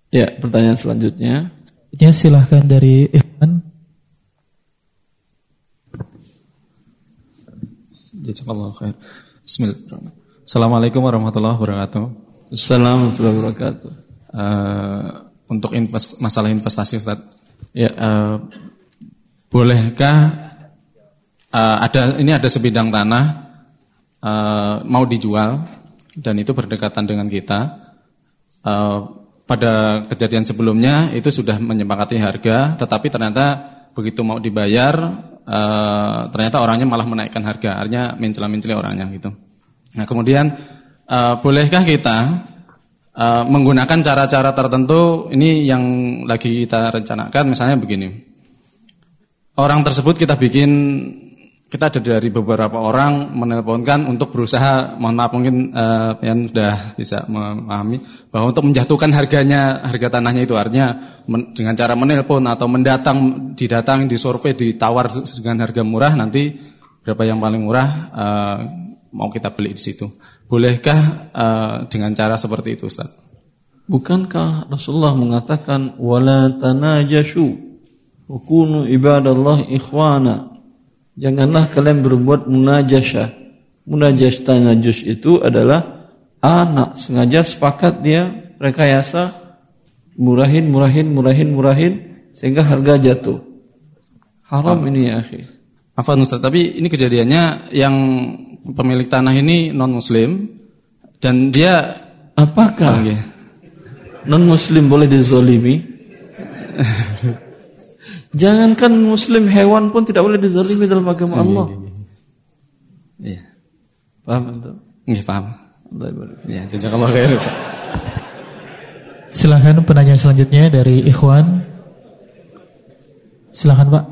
Ya, pertanyaan selanjutnya. Ya, silahkan dari Ikhwan. Jazakallahu khair. Bismillahirrahmanirrahim. Assalamualaikum warahmatullahi wabarakatuh. Assalamualaikum warahmatullahi wabarakatuh. Untuk masalah investasi, Ustaz. Ya. Bolehkah ada sebidang tanah mau dijual dan itu berdekatan dengan kita. Pada kejadian sebelumnya itu sudah menyepakati harga, tetapi ternyata begitu mau dibayar ternyata orangnya malah menaikkan harga, artinya mencela-mencela orangnya gitu. Nah, kemudian bolehkah kita menggunakan cara-cara tertentu? Ini yang lagi kita rencanakan, misalnya begini. Orang tersebut kita ada dari beberapa orang menelponkan untuk berusaha, mohon maaf mungkin yang sudah bisa memahami bahwa untuk menjatuhkan harga tanahnya itu, artinya dengan cara menelpon atau didatangi, disurvei, ditawar dengan harga murah, nanti berapa yang paling murah mau kita beli di situ. Bolehkah dengan cara seperti itu, Ustaz? Bukankah Rasulullah mengatakan wala tanajashu wa kunu ibadallah ikhwana? Janganlah kalian berbuat munajashah. Munajashah tanajus itu adalah anak sengaja sepakat dia rekayasa murahin sehingga harga jatuh. Haram ini ya akhi. Afwan Ustaz, tapi ini kejadiannya yang pemilik tanah ini non muslim dan dia apakah non muslim boleh dizalimi? Jangankan muslim, hewan pun tidak boleh dizalimi dalam agama Allah. Iya. Paham enggak? Nggih, paham. Ya, jazakallahu khair. Silakan penanya selanjutnya dari Ikhwan. Silakan, Pak.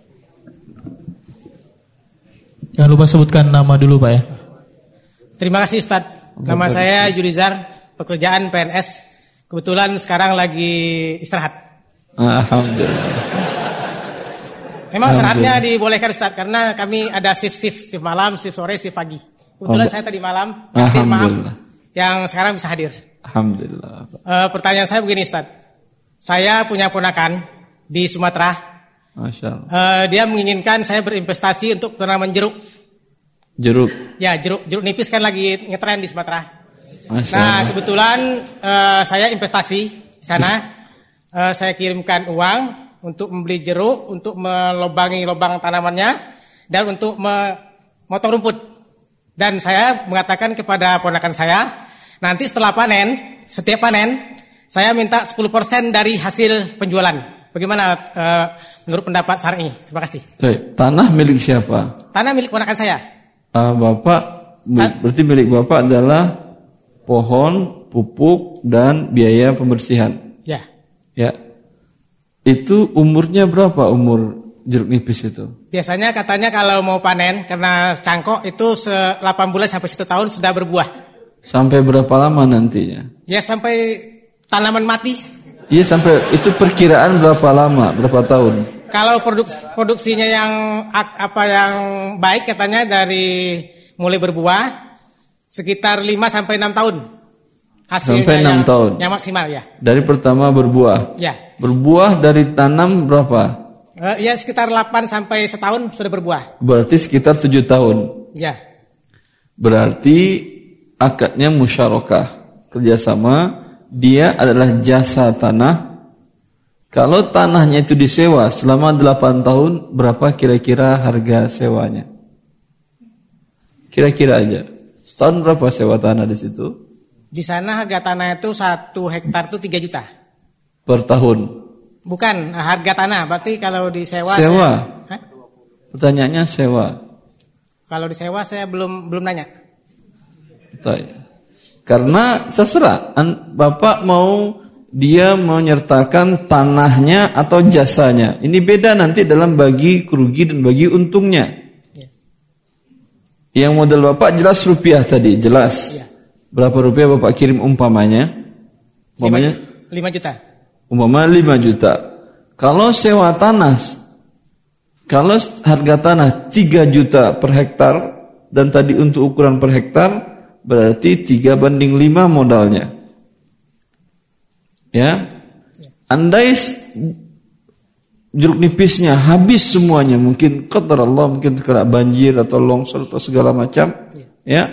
Jangan lupa sebutkan nama dulu, Pak ya. Terima kasih, Ustaz. Nama saya Julizar, pekerjaan PNS. Kebetulan sekarang lagi istirahat. Alhamdulillah. Memang istirahatnya dibolehkan, Ustaz, karena kami ada shift malam, shift sore, shift pagi. Kebetulan saya tadi malam, maaf yang sekarang bisa hadir. Alhamdulillah. Pertanyaan saya begini, Ustaz. Saya punya ponakan di Sumatera. Masya Allah. Dia menginginkan saya berinvestasi untuk tanaman jeruk. Jeruk? Ya, jeruk nipis kan lagi ngetren di Sumatera. Masya Nah, Allah. kebetulan saya investasi di sana. Saya kirimkan uang untuk membeli jeruk, untuk melubangi lubang tanamannya, dan untuk memotong rumput. Dan saya mengatakan kepada ponakan saya, nanti setelah setiap panen, saya minta 10% dari hasil penjualan. Bagaimana menurut pendapat syar'i? Terima kasih. Tanah milik siapa? Tanah milik ponakan saya. Bapak, berarti milik Bapak adalah pohon, pupuk, dan biaya pembersihan. Ya. Ya. Itu umurnya berapa umur jeruk nipis itu? Biasanya katanya kalau mau panen karena cangkok itu 8 bulan sampai 1 tahun sudah berbuah. Sampai berapa lama nantinya? Ya sampai tanaman mati. Iya, sampai itu perkiraan berapa lama, berapa tahun? Kalau produksinya yang baik katanya dari mulai berbuah sekitar 5 sampai 6 tahun. Hasilnya sampai 6 tahun. Yang maksimal ya. Dari pertama berbuah. Ya. Berbuah dari tanam berapa? Ya sekitar 8 sampai setahun sudah berbuah. Berarti sekitar 7 tahun. Ya. Berarti akadnya musyarakah, kerjasama. Dia adalah jasa tanah. Kalau tanahnya itu disewa selama 8 tahun, berapa kira-kira harga sewanya? Kira-kira aja. Setahun berapa sewa tanah di situ? Di sana harga tanah itu 1 hektar itu 3 juta. Per tahun? Bukan, harga tanah. Berarti kalau disewa. Sewa? Pertanyaannya sewa. Kalau disewa saya belum nanya. Karena terserah. Bapak mau dia menyertakan tanahnya atau jasanya. Ini beda nanti dalam bagi kerugi dan bagi untungnya. Ya. Yang modal Bapak jelas rupiah tadi, jelas. Ya. Berapa rupiah Bapak kirim umpamanya? 5 juta. Umpama 5 juta. Kalau sewa tanah, kalau harga tanah 3 juta per hektar, dan tadi untuk ukuran per hektar, berarti 3:5 modalnya. Ya, andai jeruk nipisnya habis semuanya, mungkin qadar Allah, mungkin kena banjir atau longsor atau segala macam, ya.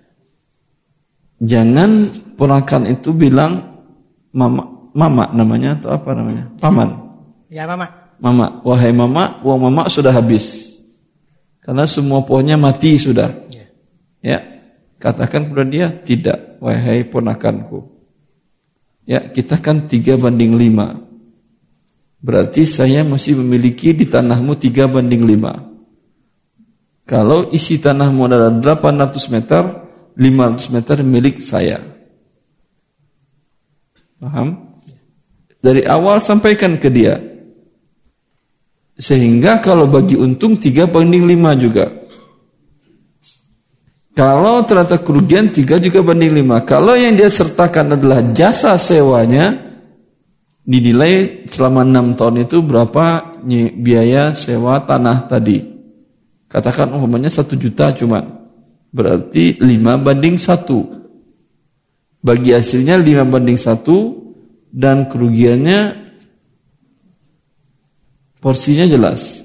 Jangan ponakan itu bilang mama namanya atau apa namanya? Paman. Ya, mama. Mama, wahai mama, uang mama sudah habis. Karena semua pohonnya mati sudah. Ya. Katakan kepada dia, tidak, wahai ponakanku. Ya, kita kan 3:5. Berarti saya masih memiliki di tanahmu 3:5. Kalau isi tanahmu adalah 800 meter, 500 meter milik saya. Paham? Dari awal sampaikan ke dia. Sehingga kalau bagi untung 3:5 juga. Kalau ternyata kerugian 3:5. Kalau yang dia sertakan adalah jasa sewanya, dinilai selama 6 tahun itu berapa biaya sewa tanah tadi. Katakan umpamanya 1 juta cuman. Berarti 5:1. Bagi hasilnya 5:1 dan kerugiannya porsinya jelas.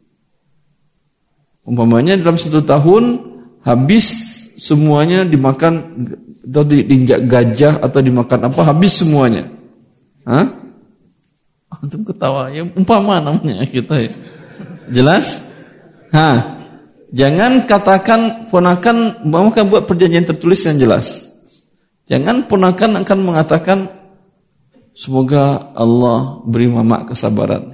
Umpamanya dalam 1 tahun habis semuanya dimakan atau diinjak gajah atau dimakan apa, habis semuanya. Hah? Antum ketawa ya, umpama namanya kita ya. Jelas? Jangan katakan ponakan mau buat perjanjian tertulis yang jelas. Jangan ponakan akan mengatakan semoga Allah beri mama kesabaran.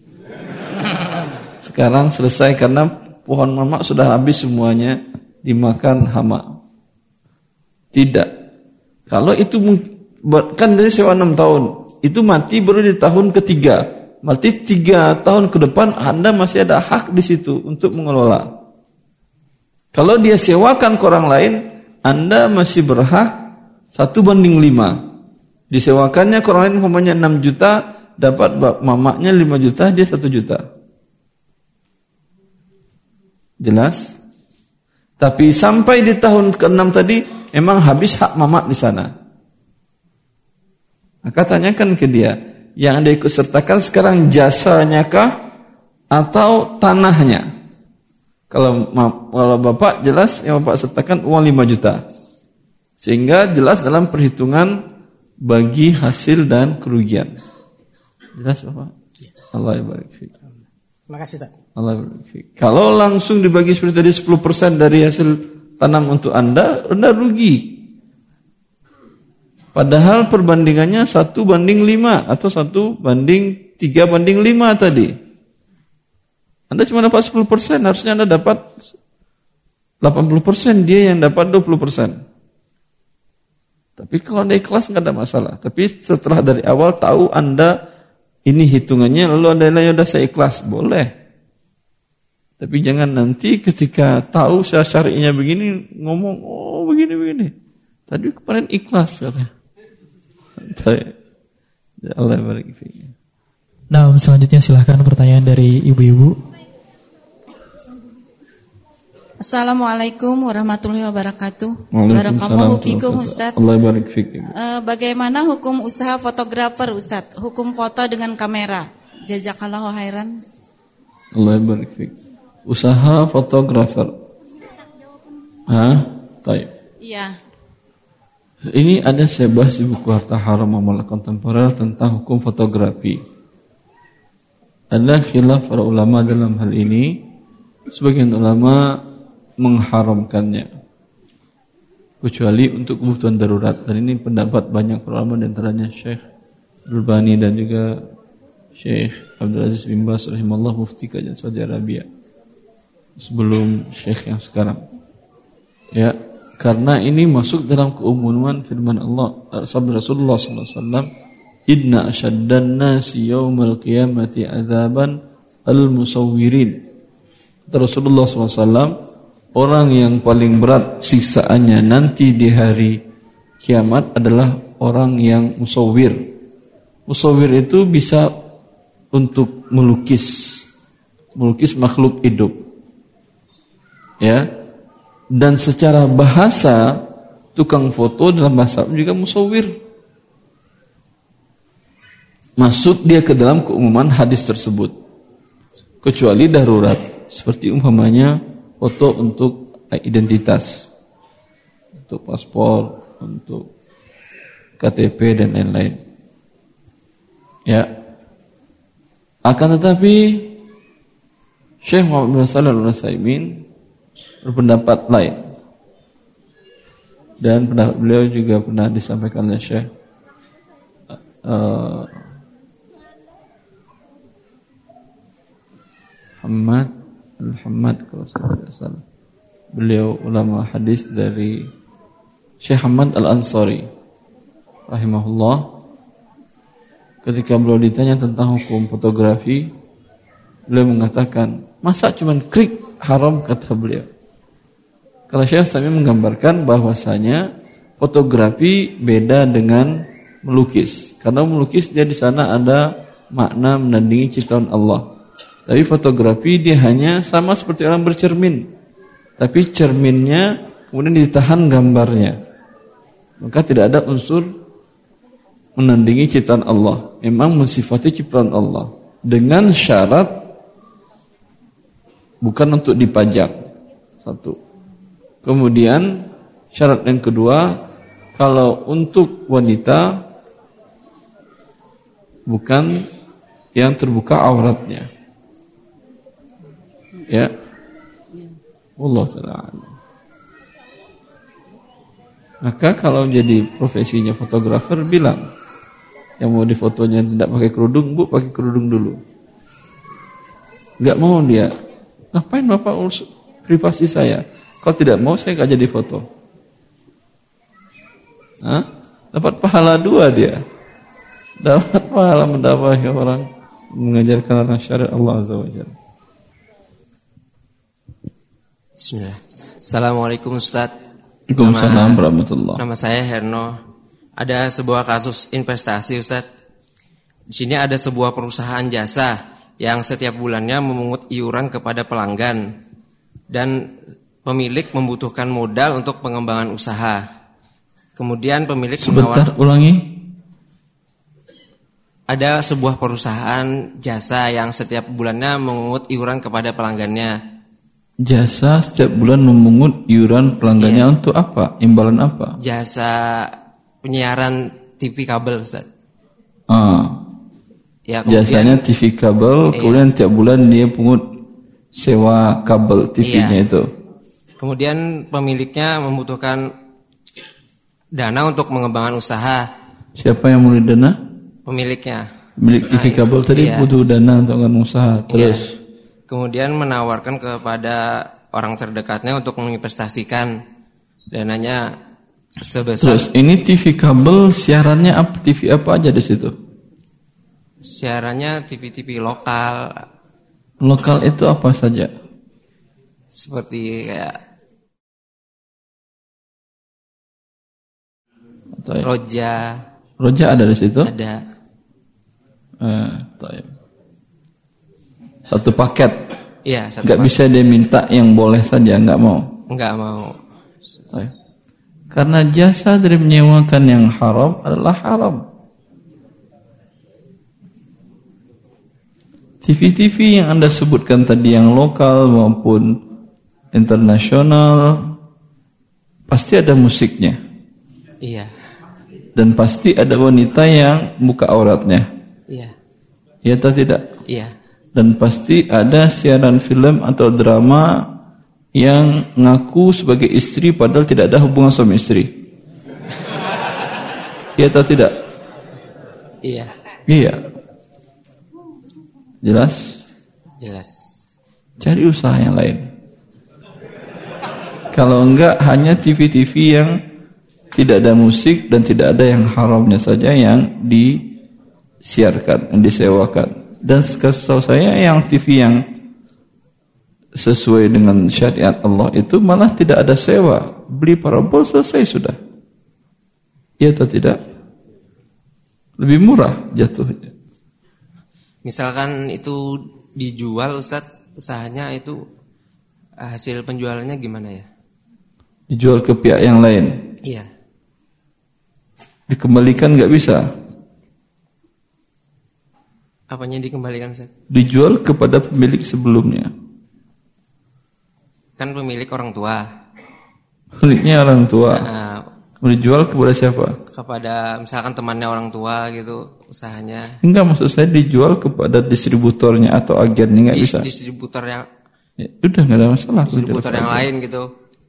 Sekarang selesai karena pohon mama sudah habis semuanya dimakan hama. Tidak. Kalau itu kan dari sewa 6 tahun, itu mati baru di tahun ketiga. Berarti 3 tahun ke depan Anda masih ada hak di situ untuk mengelola. Kalau dia sewakan ke orang lain, Anda masih berhak 1:5. Disewakannya ke orang lain umpamanya 6 juta, dapat mamanya 5 juta, dia 1 juta. Jelas? Tapi sampai di tahun ke-6 tadi memang habis hak mamak di sana. Maka tanyakan ke dia, yang Anda ikut sertakan sekarang jasanya kah atau tanahnya? Kalau Bapak jelas yang Bapak sertakan uang 5 juta. Sehingga jelas dalam perhitungan bagi hasil dan kerugian. Jelas Bapak? Allah barik fiik. Terima kasih Ustaz. Allah barik fiik. Kalau langsung dibagi seperti tadi 10% dari hasil tanam untuk Anda rugi. Padahal perbandingannya 1:5 atau 1:3:5 tadi. Anda cuma dapat 10%, harusnya Anda dapat 80%, dia yang dapat 20%. Tapi kalau Anda ikhlas nggak ada masalah. Tapi setelah dari awal tahu Anda ini hitungannya, lalu Anda ya udah saya ikhlas, boleh. Tapi jangan nanti ketika tahu syari'inya begini ngomong, oh begini. Tadi kemarin ikhlas katanya. Allah barik fiik. Nah, selanjutnya silahkan pertanyaan dari ibu-ibu. Assalamualaikum warahmatullahi wabarakatuh. Barakallahu fikum Ustaz. Allah barik fiik. Bagaimana hukum usaha fotografer Ustaz? Hukum foto dengan kamera. Jazakallahu khairan. Allah barik fiik. Usaha fotografer. Baik. Iya. Ini ada saya bahas di buku Harta Haram Muamalah Kontemporer tentang hukum fotografi. Ada khilaf para ulama dalam hal ini. Sebagian ulama mengharamkannya kecuali untuk kebutuhan darurat, dan ini pendapat banyak para ulama, di antaranya Syekh Al-Albani dan juga Syekh Abdul Aziz bin Baz rahimahullah, mufti Kerajaan Saudi Arabia sebelum Syekh yang sekarang. Ya, karena ini masuk dalam keumuman firman Allah, sabda Rasulullah SAW, inna asyaddan nasi yawmal qiyamati azaban al-musawwirin. Rasulullah SAW, orang yang paling berat siksaannya nanti di hari kiamat adalah orang yang musawwir. Musawwir itu bisa untuk melukis makhluk hidup. Ya. Dan secara bahasa tukang foto dalam bahasa juga musawwir. masuk dia ke dalam keumuman hadis tersebut. Kecuali darurat, seperti umpamanya foto untuk identitas, untuk paspor, untuk KTP dan lain-lain. Ya. Akan tetapi Syekh Muhammad bin Shalih Al-Utsaimin berpendapat lain. Dan pendapat beliau juga pernah disampaikan oleh Syekh Muhammad kalau saya tidak salah. Beliau ulama hadis dari Syekh Hamad Al-Ansari rahimahullah. Ketika beliau ditanya tentang hukum fotografi, beliau mengatakan, masa cuma klik haram, kata beliau. Kalau Syekh Sami menggambarkan bahwasanya fotografi beda dengan melukis. Karena melukis dia di sana ada makna menandingi ciptaan Allah. Tapi fotografi dia hanya sama seperti orang bercermin. Tapi cerminnya kemudian ditahan gambarnya. Maka tidak ada unsur menandingi ciptaan Allah. Memang mensifati ciptaan Allah. Dengan syarat bukan untuk dipajang. Satu. Kemudian syarat yang kedua, kalau untuk wanita bukan yang terbuka auratnya. Ya. Wallahu ta'ala. Maka kalau jadi profesinya fotografer, bilang yang mau difotonya tidak pakai kerudung, Bu, pakai kerudung dulu. Enggak mau dia. Ngapain Bapak urus privasi saya? Kalau tidak mau, saya enggak jadi foto. Hah? Dapat pahala 2 dia. Dapat pahala mendakwahi orang, mengajarkan orang syariat Allah Azza wa Jalla. Bismillah. Assalamualaikum Ustaz. Waalaikumsalam warahmatullahi. Nama saya Herno. Ada sebuah kasus investasi Ustaz. Di sini ada sebuah perusahaan jasa yang setiap bulannya memungut iuran kepada pelanggan dan pemilik membutuhkan modal untuk pengembangan usaha. Kemudian pemilik ulangi. Ada sebuah perusahaan jasa yang setiap bulannya memungut iuran kepada pelanggannya. Jasa setiap bulan memungut iuran pelanggannya untuk apa? Imbalan apa? Jasa penyiaran TV kabel, Ustaz. Ya, jasanya TV kabel, kemudian tiap bulan dia pungut sewa kabel TV-nya itu. Kemudian pemiliknya membutuhkan dana untuk mengembangkan usaha. Siapa yang mulai dana? Pemiliknya. Milik TV kabel tadi butuh dana untuk mengembangkan usaha. Terus kemudian menawarkan kepada orang terdekatnya untuk menginvestasikan dananya sebesar. Terus ini TV kabel siarannya apa? TV apa aja di situ? Siarannya TV-TV lokal. Lokal itu apa saja? Seperti kayak Roja. Roja ada di situ? Ada. Satu paket. Iya, satu Gak paket. bisa dia minta yang boleh saja, gak mau. Enggak mau. Karena jasa dari menyewakan yang haram adalah haram. TV-TV yang Anda sebutkan tadi yang lokal maupun internasional pasti ada musiknya. Iya. Dan pasti ada wanita yang buka auratnya. Iya. Iya atau tidak? Iya. Dan pasti ada siaran film atau drama yang ngaku sebagai istri padahal tidak ada hubungan suami istri. Iya atau tidak? Iya. Iya. Jelas? Jelas. Cari usaha yang lain. Kalau enggak hanya TV-TV yang tidak ada musik dan tidak ada yang haramnya saja yang disiarkan, yang disewakan. Dan setahu saya yang TV yang sesuai dengan syariat Allah itu malah tidak ada sewa. Beli parabol selesai sudah. Iya atau tidak? Lebih murah jatuhnya. Misalkan itu dijual Ustadz, usahanya itu hasil penjualannya gimana ya? Dijual ke pihak yang lain. Iya. Dikembalikan nggak bisa. Apanya dikembalikan, Ustaz? Dijual kepada pemilik sebelumnya. Kan pemilik orang tua. Pemiliknya orang tua. Nah, Dijual kepada siapa? kepada misalkan temannya orang tua gitu usahanya. Enggak, maksud saya dijual kepada distributornya atau agennya, nggak bisa. Distributor yang Ya, udah nggak ada masalah. distributor yang lain gitu.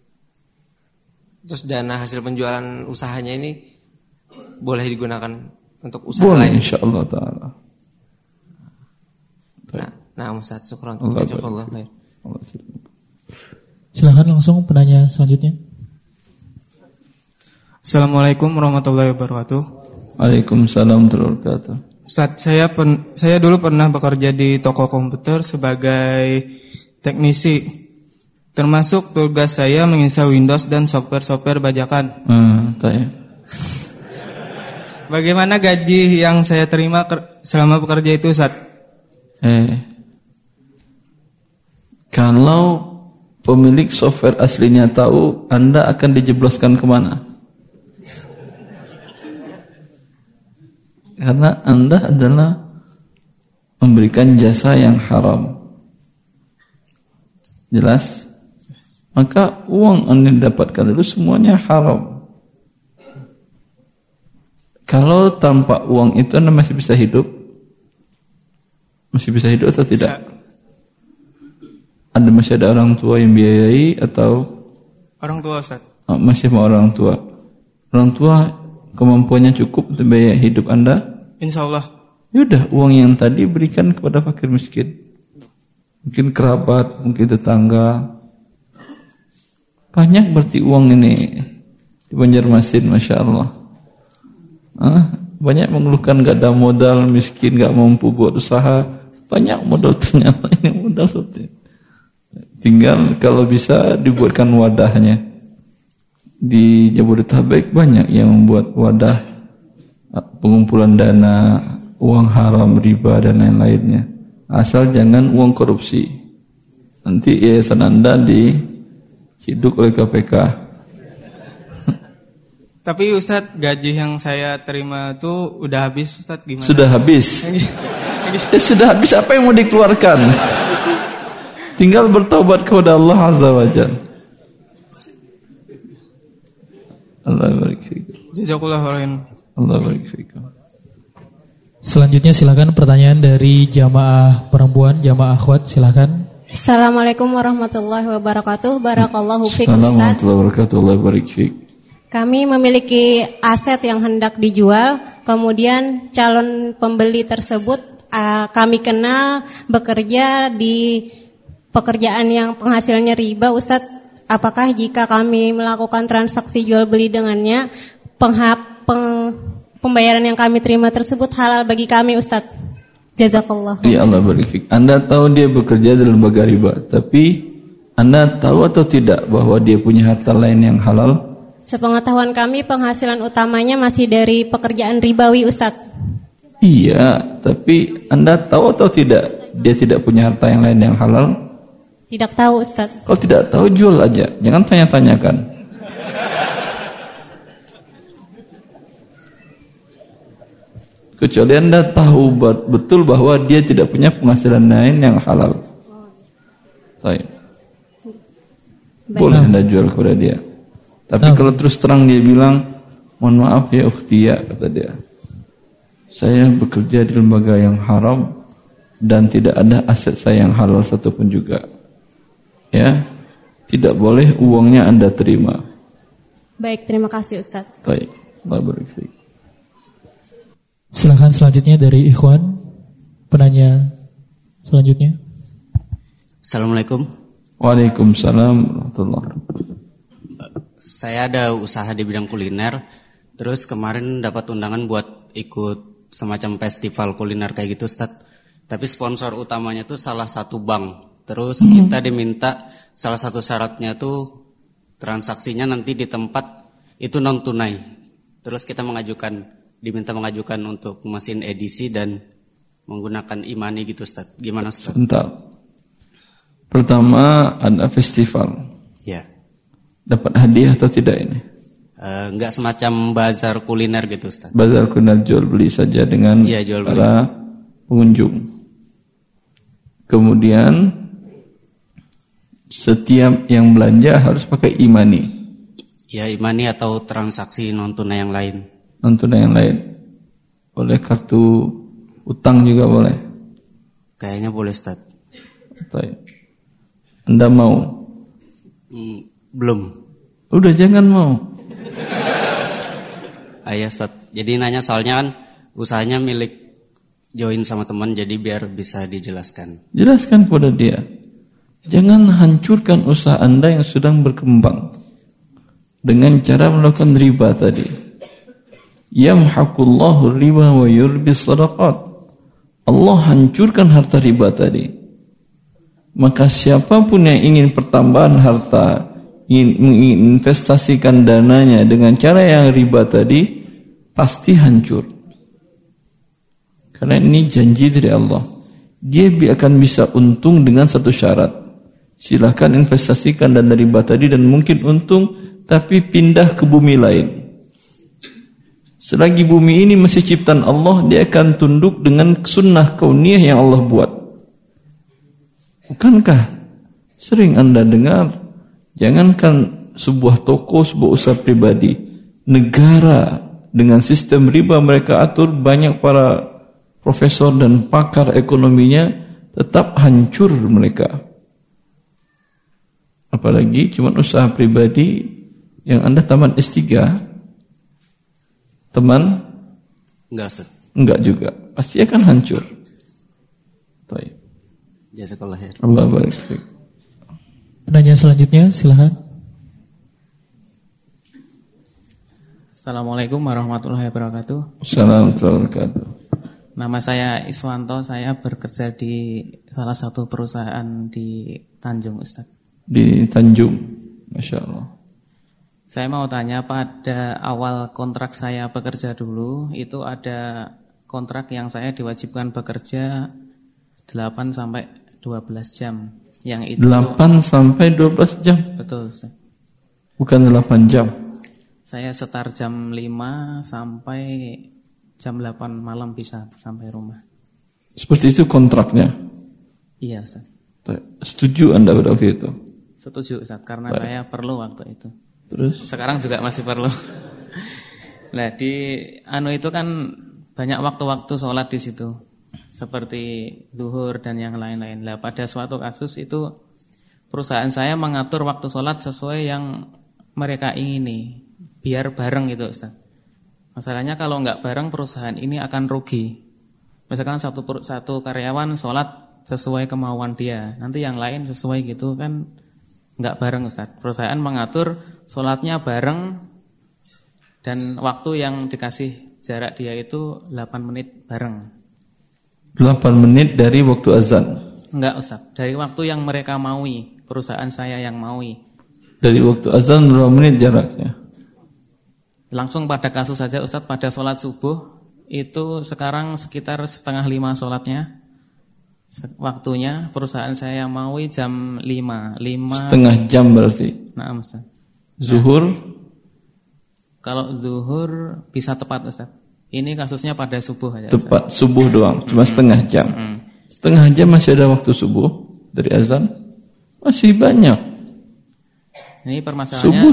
Terus dana hasil penjualan usahanya ini boleh digunakan untuk usaha Boleh, lain. insya Allah Ta'ala. Nah, Ustaz, syukran. Allah Jazakallah khair. Allah. Silakan langsung penanya selanjutnya. Assalamualaikum warahmatullahi wabarakatuh. Waalaikumsalam warahmatullahi wabarakatuh. Ustaz, saya dulu pernah bekerja di toko komputer sebagai teknisi. Termasuk tugas saya menginstal Windows dan software-software bajakan. Tanya. Bagaimana gaji yang saya terima selama bekerja itu, Ustaz? Kalau pemilik software aslinya tahu, Anda akan dijebloskan kemana? Karena Anda adalah memberikan jasa yang haram. Jelas? Maka uang Anda dapatkan itu semuanya haram. Kalau tanpa uang itu Anda masih bisa hidup? Masih bisa hidup atau tidak? Masih ada orang tua yang biayai atau? Orang tua, Ustaz. Masih sama orang tua. Orang tua kemampuannya cukup untuk biaya hidup Anda? Insya Allah. Yaudah, uang yang tadi berikan kepada fakir miskin. Mungkin kerabat, mungkin tetangga. Banyak berarti uang ini di Banjarmasin, Masya Allah. Banyak mengeluhkan gak ada modal, miskin, gak mampu buat usaha. Banyak modal ternyata ini modal seperti ini. Tinggal kalau bisa dibuatkan wadahnya. Di Jabodetabek banyak yang membuat wadah pengumpulan dana, uang haram, riba dan lain-lainnya. Asal jangan uang korupsi. Nanti yayasan Anda diciduk oleh KPK. Tapi Ustaz, gaji yang saya terima itu udah habis, Ustaz, gimana? Sudah habis. Sudah habis, apa yang mau dikeluarkan? Tinggal bertaubat kepada Allah Azza wa Jalla. Allah barik fikum. Jazakallahu khairan. Allah barik fikum. Selanjutnya silakan pertanyaan dari jamaah perempuan, jamaah akhwat, silakan. Assalamualaikum warahmatullahi wabarakatuh. Barakallahu fikum, Assalamualaikum Ustaz. warahmatullahi wabarakatuh. Allah barik fikum. Kami memiliki aset yang hendak dijual, kemudian calon pembeli tersebut kami kenal bekerja di pekerjaan yang penghasilannya riba, Ustadz. Apakah jika kami melakukan transaksi jual beli dengannya, pembayaran yang kami terima tersebut halal bagi kami, Ustadz? Jazakallah. Ya Allah barik fikum. Anda tahu dia bekerja di lembaga riba, tapi Anda tahu atau tidak bahwa dia punya harta lain yang halal? Sepengetahuan kami penghasilan utamanya masih dari pekerjaan ribawi, Ustadz. Iya, tapi Anda tahu atau tidak dia tidak punya harta yang lain yang halal? Tidak tahu, Ustadz. Kalau tidak tahu jual aja, jangan tanya-tanyakan. Kecuali Anda tahu betul bahwa dia tidak punya penghasilan lain yang halal. Baik. Boleh Anda jual kepada dia. Tapi kalau terus terang dia bilang, mohon maaf ya ukhti ya, kata dia, saya bekerja di lembaga yang haram dan tidak ada aset saya yang halal satupun juga. Ya, tidak boleh uangnya Anda terima. Baik, terima kasih, Ustaz. Baik, Allah barik fiik. Silakan selanjutnya dari Ikhwan, penanya selanjutnya. Assalamualaikum. Waalaikumsalam warahmatullahi wabarakatuh. Saya ada usaha di bidang kuliner. Terus kemarin dapat undangan buat ikut semacam festival kuliner kayak gitu, Ustaz. Tapi sponsor utamanya tuh salah satu bank. Terus kita diminta salah satu syaratnya tuh transaksinya nanti di tempat itu non tunai. Terus kita diminta mengajukan untuk mesin edisi dan menggunakan e-money gitu, Ustaz. Gimana, Ustaz? Bentar. Pertama ada festival. Ya. Dapat hadiah atau tidak ini? Enggak semacam bazar kuliner gitu, Ustaz. Bazar kuliner jual beli saja dengan jual beli. para pengunjung. Kemudian setiap yang belanja harus pakai e-money. Ya, e-money atau transaksi non tunai yang lain. Non tunai yang lain. Boleh kartu utang juga boleh. Kayaknya boleh, Ustaz. Anda mau? Belum. Udah jangan mau. Ya, Ustaz. Jadi nanya soalnya kan usahanya milik join sama teman, jadi biar bisa dijelaskan. Jelaskan kepada dia. Jangan hancurkan usaha Anda yang sedang berkembang dengan cara melakukan riba tadi. Yamhaqullahu riba wa yurbis sadaqat. Allah hancurkan harta riba tadi. Maka siapapun yang ingin pertambahan harta, ingin menginvestasikan dananya dengan cara yang riba tadi, pasti hancur. Karena ini janji dari Allah. Dia akan bisa untung dengan satu syarat. Silakan investasikan dana riba tadi dan mungkin untung, tapi pindah ke bumi lain. Selagi bumi ini masih ciptaan Allah, dia akan tunduk dengan sunnah kauniyah yang Allah buat. Bukankah sering Anda dengar, jangankan sebuah toko, sebuah usaha pribadi, negara dengan sistem riba mereka atur, banyak para profesor dan pakar ekonominya tetap hancur mereka. Apalagi cuma usaha pribadi yang Anda tamat S3. Teman? Enggak, Ustaz. Enggak juga. Pasti akan hancur. Baik. Jazakallah khair. Allah barik fiik. Penanya selanjutnya silakan. Assalamualaikum warahmatullahi wabarakatuh. Assalamualaikum warahmatullahi wabarakatuh. Nama saya Iswanto, saya bekerja di salah satu perusahaan di Tanjung, Ustaz. Di Tanjung, Masya Allah. Saya mau tanya, pada awal kontrak saya bekerja dulu, itu ada kontrak yang saya diwajibkan bekerja 8 sampai 12 jam. Yang itu 8 sampai 12 jam? Betul, Ustaz. Bukan 8 jam? Saya setar jam 5 sampai jam 8 malam bisa sampai rumah. Seperti itu kontraknya? Iya, Ustaz. Setuju Anda pada waktu itu? Setuju, Ustaz, karena saya perlu waktu itu. Terus? Sekarang juga masih perlu. Nah, di itu kan banyak waktu-waktu sholat di situ, seperti zuhur dan yang lain-lain. Nah, pada suatu kasus itu perusahaan saya mengatur waktu sholat sesuai yang mereka ingini, biar bareng gitu, Ustaz. Masalahnya kalau nggak bareng, perusahaan ini akan rugi. Misalkan satu karyawan sholat sesuai kemauan dia, nanti yang lain sesuai gitu kan nggak bareng, Ustaz. Perusahaan mengatur sholatnya bareng dan waktu yang dikasih jarak dia itu 8 menit bareng. 8 menit dari waktu azan? Enggak, Ustaz. Dari waktu yang mereka maui, perusahaan saya yang maui. Dari waktu azan berapa menit jaraknya? Langsung pada kasus saja, Ustaz, pada sholat subuh itu sekarang sekitar 4:30 sholatnya. Waktunya perusahaan saya maui jam 5. Setengah jam berarti? Nah, Ustaz. Zuhur? Kalau zuhur bisa tepat, Ustaz. Ini kasusnya pada subuh aja. Tepat, Ustaz. Subuh doang, cuma setengah jam. Setengah jam masih ada waktu subuh dari azan? Masih banyak. Ini permasalahannya. Subuh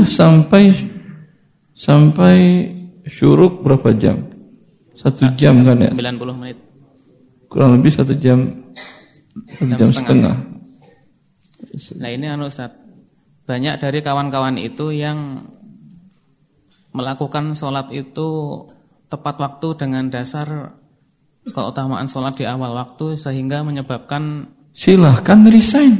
sampai syuruk berapa jam? 1 jam kan ya? 90 menit. Kurang lebih 1 jam, 1 jam setengah. Nah, ini Ustaz, banyak dari kawan-kawan itu yang melakukan sholat itu tepat waktu dengan dasar keutamaan sholat di awal waktu, sehingga menyebabkan... Silahkan resign.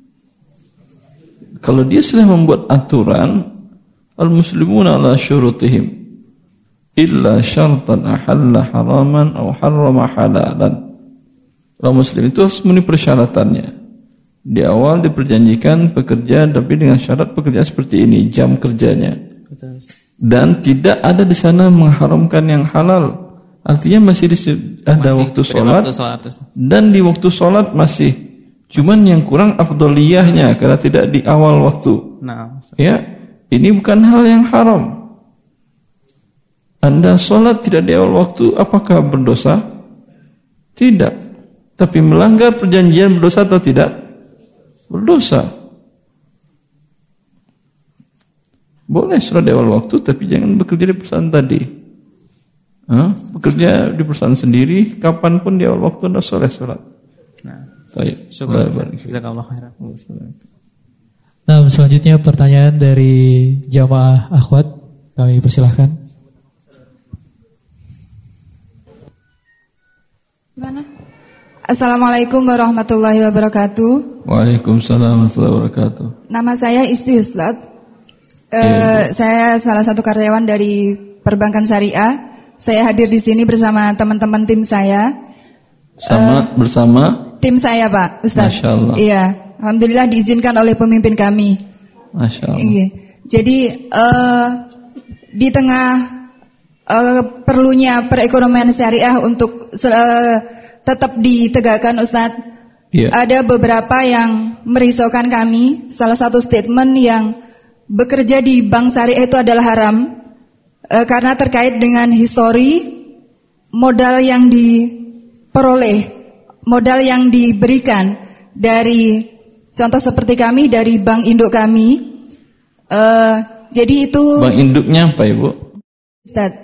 Kalau dia sudah membuat aturan, al-muslimuna ala syurutihim illa syartan ahalla haraman atau harrama halalan. Orang muslim itu harus memenuhi persyaratannya. Di awal diperjanjikan pekerja, tapi dengan syarat pekerjaan seperti ini, jam kerjanya. Dan tidak ada di sana mengharamkan yang halal. Artinya masih ada waktu sholat. Dan di waktu sholat masih. Cuman yang kurang afdoliyahnya karena tidak di awal waktu. Ya, ini bukan hal yang haram. Anda sholat tidak di awal waktu, apakah berdosa? Tidak. Tapi melanggar perjanjian berdosa atau tidak? Berdosa. Boleh sholat di awal waktu, tapi jangan bekerja di perusahaan tadi. Bekerja di perusahaan sendiri, kapanpun di awal waktu Anda sholat. Baik. Nah, selanjutnya pertanyaan dari jamaah akhwat, kami persilahkan. Mana? Assalamualaikum warahmatullahi wabarakatuh. Waalaikumsalam warahmatullahi wabarakatuh. Nama saya Isti Ustad. Saya salah satu karyawan dari Perbankan Syariah. Saya hadir di sini bersama teman-teman tim saya. Bersama tim saya, Pak Ustaz. Masya Allah. Iya, alhamdulillah diizinkan oleh pemimpin kami. Masya Allah. Iya. Jadi di tengah perlunya perekonomian syariah untuk tetap ditegakkan, Ustaz. Yeah. Ada beberapa yang merisaukan kami. Salah satu statement yang bekerja di bank syariah itu adalah haram karena terkait dengan histori modal yang diperoleh, modal yang diberikan dari contoh seperti kami dari bank induk kami. Jadi itu bank induknya apa, Ibu? Ustaz.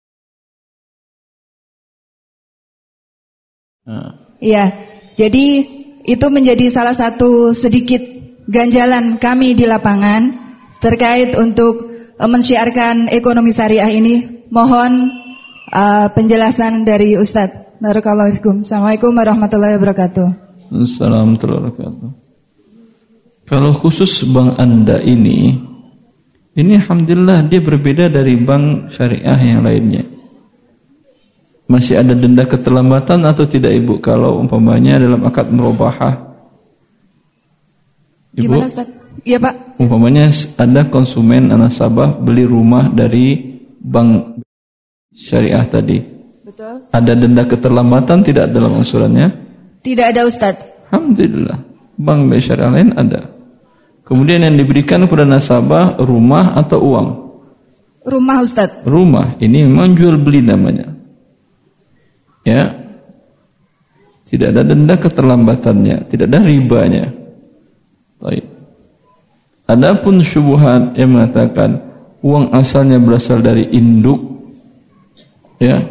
Iya, jadi itu menjadi salah satu sedikit ganjalan kami di lapangan terkait untuk mensyiarkan ekonomi syariah ini. Mohon penjelasan dari Ustadz. Barakallahu fikum. Assalamualaikum warahmatullahi wabarakatuh. Assalamualaikum warahmatullahi wabarakatuh. Kalau khusus bank Anda ini alhamdulillah dia berbeda dari bank syariah yang lainnya. Masih ada denda keterlambatan atau tidak, Ibu? Kalau umpamanya dalam akad murabahah, Ibu? Gimana, Ustaz? Iya, Pak. Umpamanya ada konsumen nasabah beli rumah dari bank syariah tadi. Betul. Ada denda keterlambatan tidak dalam unsurannya? Tidak ada, Ustaz. Alhamdulillah. Bank syariah lain ada. Kemudian yang diberikan kepada nasabah rumah atau uang? Rumah, Ustaz. Rumah. Ini memang jual beli namanya. Ya, tidak ada denda keterlambatannya, tidak ada ribanya. Baik. Adapun syubhat yang mengatakan uang asalnya berasal dari induk, ya,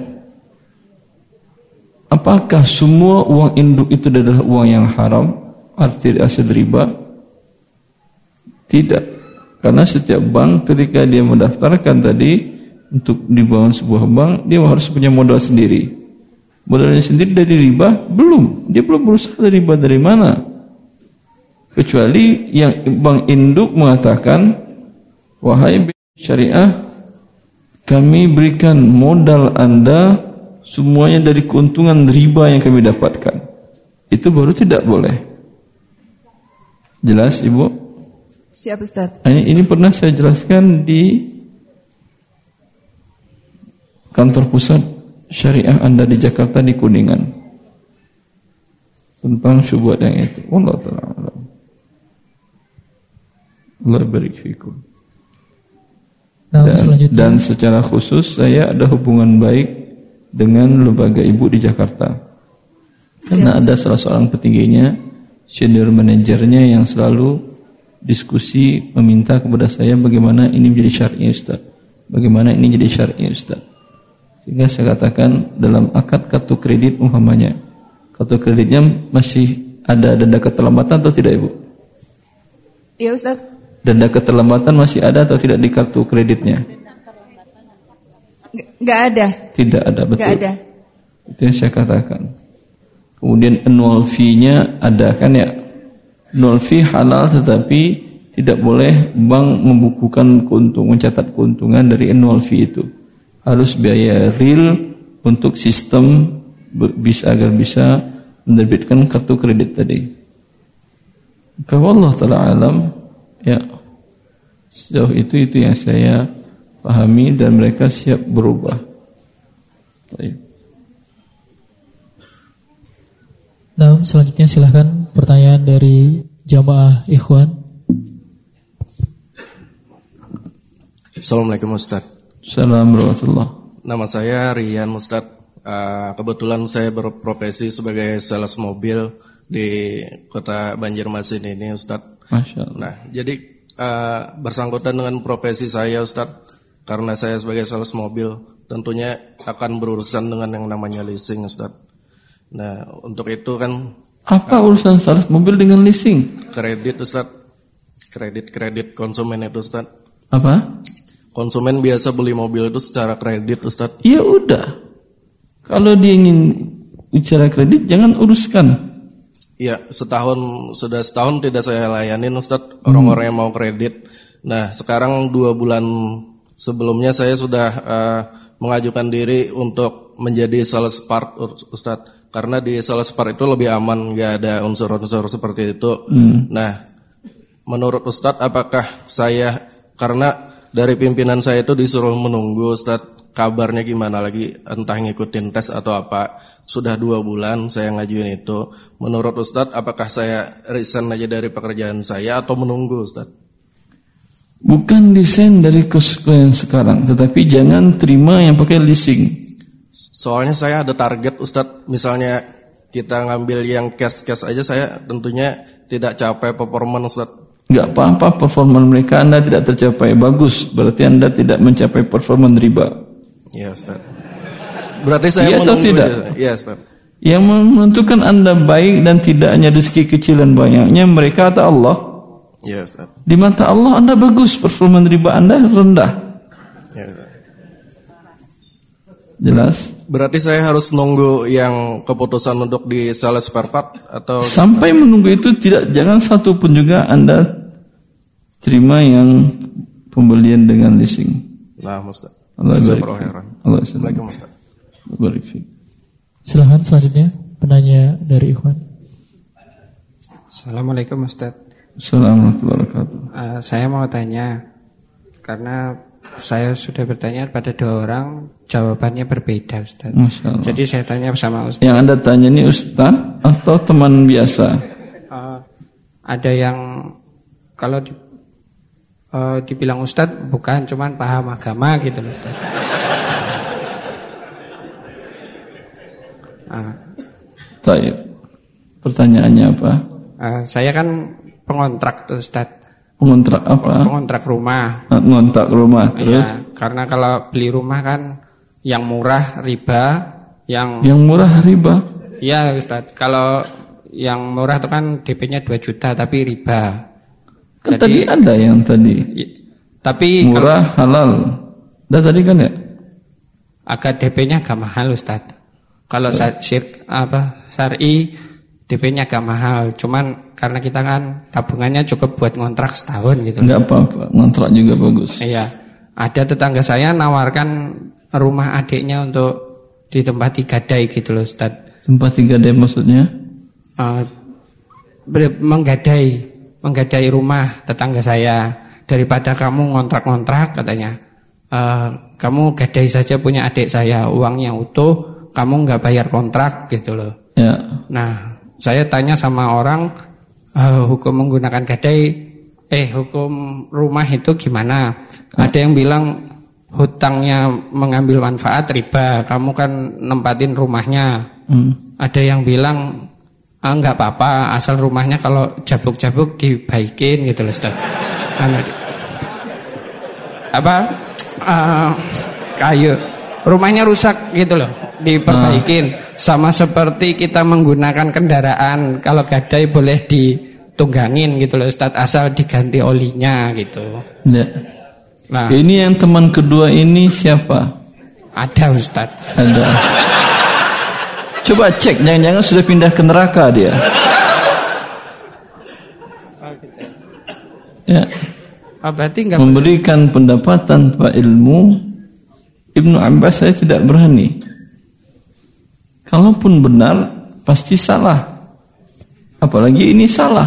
apakah semua uang induk itu adalah uang yang haram, arti hasil riba? Tidak, karena setiap bank ketika dia mendaftarkan tadi untuk dibangun sebuah bank, dia harus punya modal sendiri. Modalnya sendiri dari riba? Belum. Dia belum berusaha dari riba dari mana. Kecuali yang bank induk mengatakan, wahai syariah, kami berikan modal Anda semuanya dari keuntungan riba yang kami dapatkan. Itu baru tidak boleh. Jelas, Ibu? Siap, Ustaz. Ini pernah saya jelaskan di kantor pusat syariah Anda di Jakarta di Kuningan tentang syubhat yang itu. Wallahu ta'ala alam. Allah barik fikum. Dan secara khusus saya ada hubungan baik dengan lembaga ibu di Jakarta. Karena ada salah seorang petingginya, senior manajernya yang selalu diskusi meminta kepada saya bagaimana ini menjadi syar'i, Ustaz. Bagaimana ini jadi syar'i, Ustaz. Sehingga saya katakan dalam akad kartu kredit umpamanya, kartu kreditnya masih ada denda keterlambatan atau tidak, Ibu? Iya, Ustaz. Denda keterlambatan masih ada atau tidak di kartu kreditnya? Nggak ada. Tidak ada, betul. Nggak ada. Itu yang saya katakan. Kemudian annual fee-nya ada kan ya? Annual fee halal tetapi tidak boleh bank membukukan keuntungan, mencatat keuntungan dari annual fee itu. Harus biaya real untuk sistem agar bisa menerbitkan kartu kredit tadi. Kalau Allah Ta'ala alam, ya sejauh itu yang saya pahami dan mereka siap berubah. Baik. Nah, selanjutnya silahkan pertanyaan dari jamaah ikhwan. Assalamualaikum Ustaz. Assalamualaikum warahmatullahi. Nama saya Rian Ustaz. Kebetulan saya berprofesi sebagai sales mobil di kota Banjarmasin ini, Ustadz. Masya Allah. Nah, jadi bersangkutan dengan profesi saya, Ustadz, karena saya sebagai sales mobil, tentunya akan berurusan dengan yang namanya leasing, Ustadz. Nah, untuk itu kan apa urusan sales mobil dengan leasing? Kredit, Ustadz. Kredit konsumen itu, Ustadz. Apa? Konsumen biasa beli mobil itu secara kredit, Ustadz. Ya udah. Kalau dia ingin bicara kredit, jangan uruskan. Iya, sudah setahun tidak saya layanin, Ustadz, orang-orang yang mau kredit. Nah, sekarang 2 bulan sebelumnya saya sudah mengajukan diri untuk menjadi sales part, Ustadz. Karena di sales part itu lebih aman, nggak ada unsur-unsur seperti itu. Nah, menurut Ustadz, apakah saya, karena dari pimpinan saya itu disuruh menunggu, Ustadz, kabarnya gimana lagi, entah ngikutin tes atau apa. Sudah 2 bulan saya ngajuin itu. Menurut Ustadz, apakah saya resign aja dari pekerjaan saya atau menunggu, Ustadz? Bukan desain dari kesukaan sekarang, tetapi jangan terima yang pakai leasing. Soalnya saya ada target, Ustadz. Misalnya kita ngambil yang cash aja, saya tentunya tidak capai performance, Ustadz. Enggak apa-apa performa mereka Anda tidak tercapai. Bagus, berarti Anda tidak mencapai performa riba. Iya, Ustaz. Berarti saya atau tidak? Iya, Ustaz. Yang menentukan Anda baik dan tidaknya rezeki kecil dan banyaknya mereka atau Allah? Iya, Ustaz. Di mata Allah Anda bagus, performa riba Anda rendah. Iya, Ustaz. Jelas? Berarti saya harus nunggu yang keputusan untuk di sales spare part atau sampai menunggu itu jangan satu pun juga Anda terima yang pembelian dengan leasing. Nah, Ustaz. Allah Assalamualaikum, Ustaz. Silahkan selanjutnya penanya dari Ikhwan. Assalamualaikum, Ustaz. Assalamualaikum warahmatullahi wabarakatuh. Saya mau tanya, karena saya sudah bertanya pada 2 orang, jawabannya berbeda, Ustaz. Jadi saya tanya sama Ustaz. Yang Anda tanya ini Ustaz atau teman biasa? Ada yang kalau dibilang Ustaz bukan, cuman paham agama gitu loh, Ustaz. Baik. Pertanyaannya apa? Saya kan pengontrak tuh, Ustaz. Pengontrak apa? Pengontrak rumah. Ngontrak rumah, terus? Ya, karena kalau beli rumah kan yang murah riba, yang murah riba? Iya, Ustaz. Kalau yang murah itu kan DP-nya 2 juta tapi riba. Kan jadi, tadi ada yang tadi. Tapi murah halal. Dah tadi kan ya? Agak DP-nya agak mahal, Ustaz. Kalau syar'i DP-nya agak mahal. Cuman karena kita kan tabungannya cukup buat ngontrak setahun gitu. Enggak apa-apa, ngontrak juga bagus. Iya. Ada tetangga saya nawarkan rumah adiknya untuk ditempati gadai gitu loh, Ustaz. Tempati gadai maksudnya? Menggadai rumah tetangga saya. Daripada kamu ngontrak-ngontrak katanya, kamu gadai saja punya adik saya, uangnya utuh, kamu nggak bayar kontrak gitu loh. Ya. Nah, saya tanya sama orang, hukum menggunakan gadai, hukum rumah itu gimana? Ada yang bilang hutangnya mengambil manfaat riba, kamu kan nempatin rumahnya. Ada yang bilang enggak apa-apa, asal rumahnya kalau jabuk-jabuk dibaikin gitu loh, Ustaz. Kayu rumahnya rusak gitu loh, diperbaikin. Sama seperti kita menggunakan kendaraan, kalau gadai boleh ditunggangin gitu loh, Ustaz, asal diganti olinya gitu. Ya. Nah, ini yang teman kedua ini siapa? Ada, Ustaz. Ada. Coba cek, jangan-jangan sudah pindah ke neraka dia. Ya. Berarti enggak memberikan pendapat tanpa ilmu. Ibnu Abbas saya tidak berani. Kalaupun benar pasti salah. Apalagi ini salah.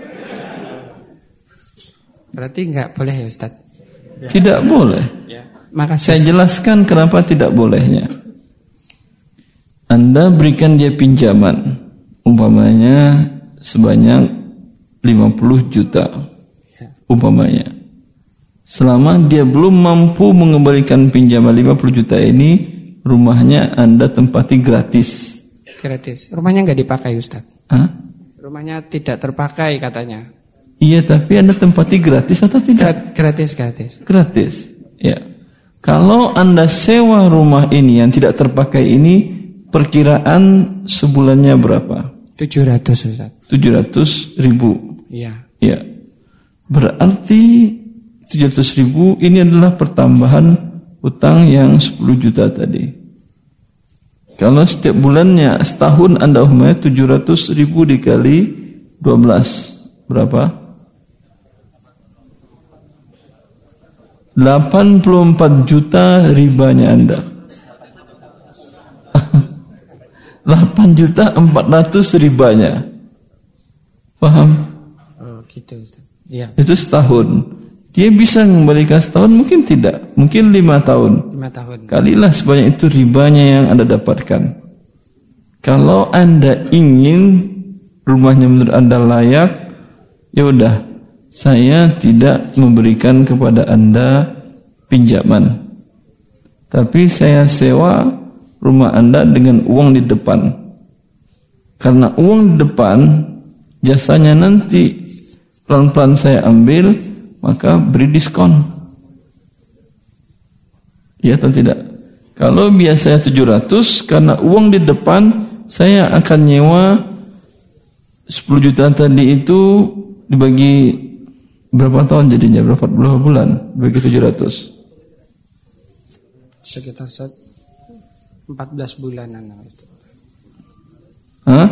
Berarti enggak boleh ya, Ustaz? Tidak boleh. Ya. Makasih. Saya jelaskan kenapa tidak bolehnya. Anda berikan dia pinjaman, umpamanya sebanyak 50 juta. Umpamanya. Selama dia belum mampu mengembalikan pinjaman 50 juta ini, rumahnya Anda tempati gratis. Gratis. Rumahnya nggak dipakai, Ustaz. Hah? Rumahnya tidak terpakai katanya. Iya, tapi Anda tempati gratis atau tidak? Gratis. Gratis. Ya. Kalau Anda sewa rumah ini yang tidak terpakai ini, perkiraan sebulannya berapa? 700, Ustaz. 700.000. Iya. Ya. Berarti 700.000 ini adalah pertambahan hutang yang 10 juta tadi. Kalau setiap bulannya setahun Anda umpamanya 700.000 dikali 12 berapa? 84 juta ribanya Anda. 8.400.000 ribanya. Paham? Oh, gitu, Ustaz. Iya. Itu setahun. Dia bisa mengembalikan setahun, mungkin tidak, mungkin 5 tahun. 5 tahun. Kalilah sebanyak itu ribanya yang Anda dapatkan. Kalau Anda ingin rumahnya menurut Anda layak, ya udah, saya tidak memberikan kepada Anda pinjaman, tapi saya sewa rumah Anda dengan uang di depan. Karena uang di depan, jasanya nanti pelan-pelan saya ambil, maka beri diskon. Ya atau tidak? Kalau biasanya 700, karena uang di depan, saya akan nyewa 10 juta tadi itu dibagi berapa tahun jadinya? Berapa bulan? Bagi 700. Sekitar 14 bulanan. Hah?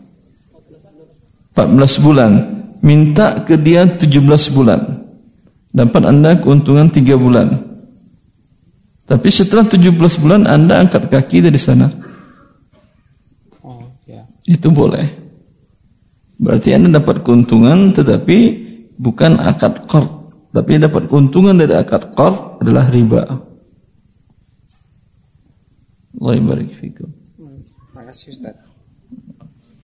14 bulan. Minta ke dia 17 bulan. Dapat Anda keuntungan 3 bulan. Tapi setelah 17 bulan Anda angkat kaki dari sana. Oh, ya. Itu boleh. Berarti Anda dapat keuntungan tetapi bukan akad qard. Tapi dapat keuntungan dari akad qard adalah riba. Allah barik fikum. Terima kasih, Ustaz.